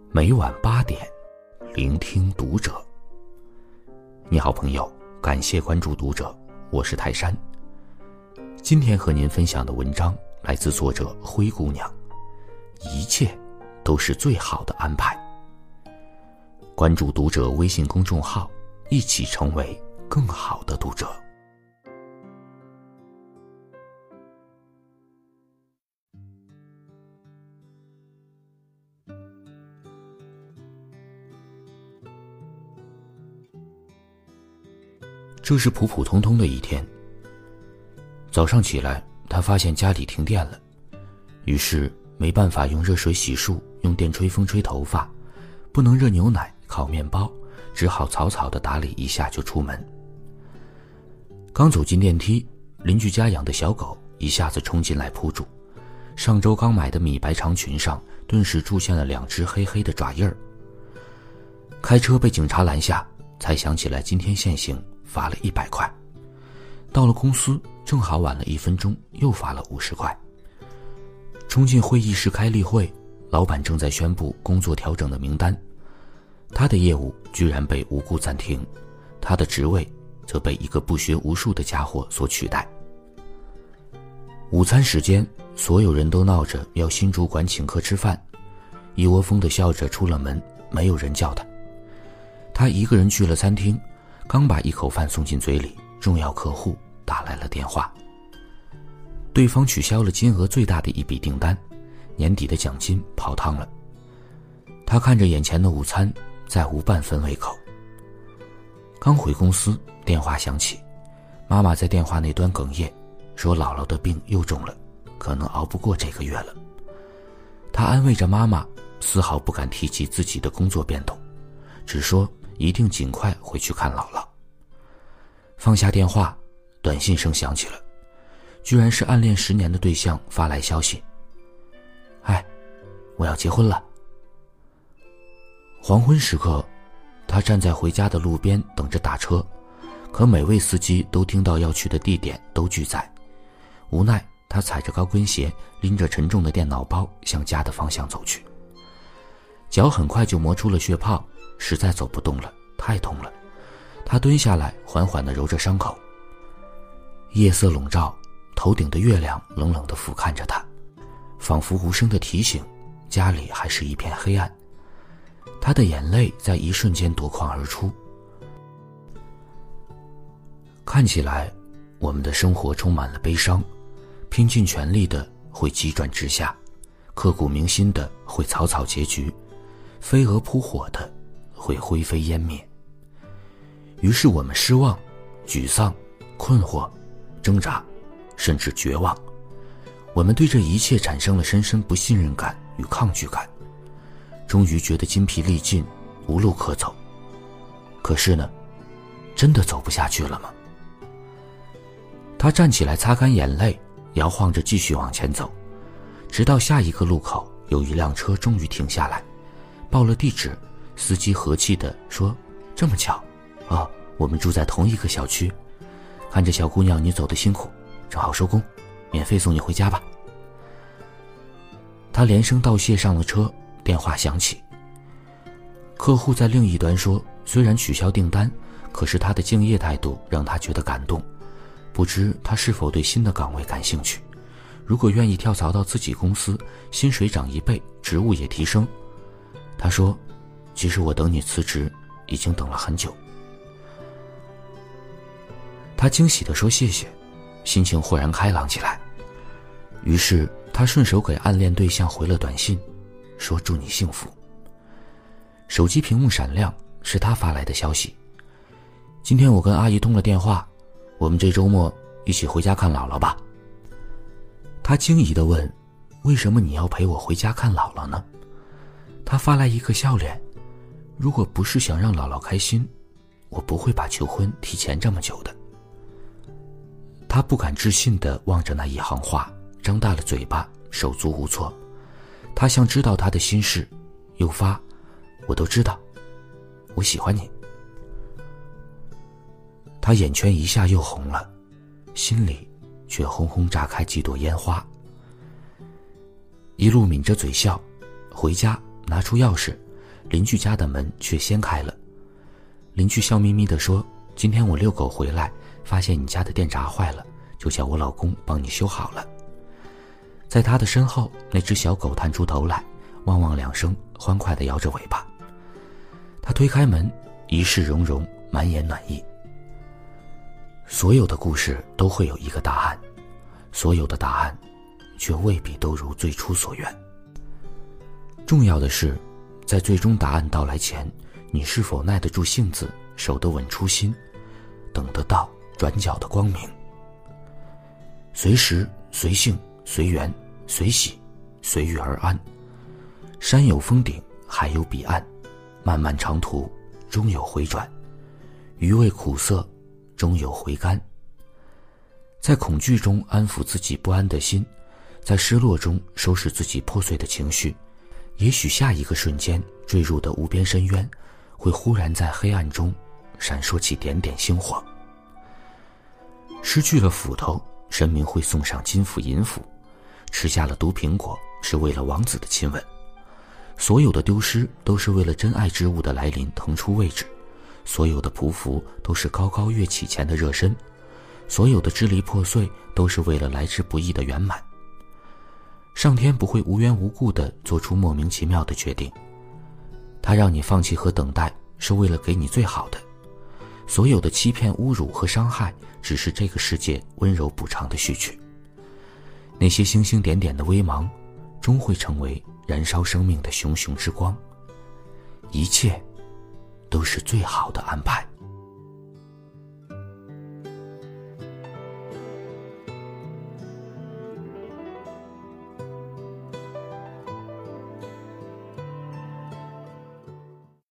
每晚8点，聆听读者。你好朋友，感谢关注读者，我是泰山。今天和您分享的文章来自作者灰姑娘，一切都是最好的安排。关注读者微信公众号，一起成为更好的读者。这是普普通通的一天。早上起来，他发现家里停电了，于是没办法用热水洗漱，用电吹风吹头发，不能热牛奶烤面包，只好草草地打理一下就出门。刚走进电梯，邻居家养的小狗一下子冲进来扑住，上周刚买的米白长裙上顿时出现了2只黑黑的爪印儿。开车被警察拦下，才想起来今天限行，罚了100块。到了公司正好晚了1分钟，又罚了50块。冲进会议室开例会，老板正在宣布工作调整的名单，他的业务居然被无故暂停，他的职位则被一个不学无术的家伙所取代。午餐时间，所有人都闹着要新主管请客吃饭，一窝蜂地笑着出了门，没有人叫他。他一个人去了餐厅，刚把一口饭送进嘴里，重要客户打来了电话。对方取消了金额最大的一笔订单，年底的奖金泡汤了。他看着眼前的午餐，再无半分胃口。刚回公司，电话响起，妈妈在电话那端哽咽，说姥姥的病又重了，可能熬不过这个月了。他安慰着妈妈，丝毫不敢提及自己的工作变动，只说一定尽快回去看姥姥。放下电话，短信声响起了，居然是暗恋10年的对象发来消息：哎，我要结婚了。黄昏时刻，他站在回家的路边等着打车，可每位司机都听到要去的地点都拒载。无奈他踩着高跟鞋，拎着沉重的电脑包向家的方向走去。脚很快就磨出了血泡，实在走不动了，太痛了。他蹲下来，缓缓地揉着伤口。夜色笼罩，头顶的月亮冷冷地俯瞰着他，仿佛无声地提醒，家里还是一片黑暗。他的眼泪在一瞬间夺眶而出。看起来，我们的生活充满了悲伤，拼尽全力的会急转直下，刻骨铭心的会草草结局，飞蛾扑火的会灰飞烟灭。于是我们失望、沮丧、困惑、挣扎，甚至绝望。我们对这一切产生了深深不信任感与抗拒感，终于觉得筋疲力尽，无路可走。可是呢，真的走不下去了吗？他站起来擦干眼泪，摇晃着继续往前走，直到下一个路口，有一辆车终于停下来，报了地址，司机和气地说：这么巧哦，我们住在同一个小区，看着小姑娘你走得辛苦，正好收工，免费送你回家吧。他连声道谢上了车，电话响起。客户在另一端说，虽然取消订单，可是他的敬业态度让他觉得感动，不知他是否对新的岗位感兴趣，如果愿意跳槽到自己公司，薪水涨1倍，职务也提升。他说，其实我等你辞职已经等了很久。他惊喜地说谢谢，心情豁然开朗起来。于是他顺手给暗恋对象回了短信，说祝你幸福。手机屏幕闪亮，是他发来的消息：今天我跟阿姨通了电话，我们这周末一起回家看姥姥吧。他惊疑地问，为什么你要陪我回家看姥姥呢？他发来一个笑脸，如果不是想让姥姥开心，我不会把求婚提前这么久的。他不敢置信地望着那一行话，张大了嘴巴，手足无措。他像知道他的心事，又发，我都知道，我喜欢你。他眼圈一下又红了，心里却轰轰炸开几朵烟花。一路抿着嘴笑，回家拿出钥匙， 邻居家的门却先开了。邻居笑眯眯地说，今天我遛狗回来，发现你家的电闸坏了，就叫我老公帮你修好了。在他的身后，那只小狗探出头来，汪汪2声，欢快地摇着尾巴。他推开门，一世融融，满眼暖意。所有的故事都会有一个答案，所有的答案却未必都如最初所愿。重要的是，在最终答案到来前，你是否耐得住性子，守得稳初心，等得到转角的光明。随时随性随缘随喜随遇而安，山有峰顶，海有彼岸，漫漫长途终有回转，余味苦涩终有回甘。在恐惧中安抚自己不安的心，在失落中收拾自己破碎的情绪，也许下一个瞬间坠入的无边深渊，会忽然在黑暗中闪烁起点点星火。失去了斧头，神明会送上金斧银斧；吃下了毒苹果，是为了王子的亲吻。所有的丢失都是为了真爱之物的来临腾出位置，所有的匍匐都是高高跃起前的热身，所有的支离破碎都是为了来之不易的圆满。上天不会无缘无故地做出莫名其妙的决定，他让你放弃和等待，是为了给你最好的。所有的欺骗、侮辱和伤害，只是这个世界温柔补偿的序曲。那些星星点点的微芒，终会成为燃烧生命的熊熊之光。一切都是最好的安排。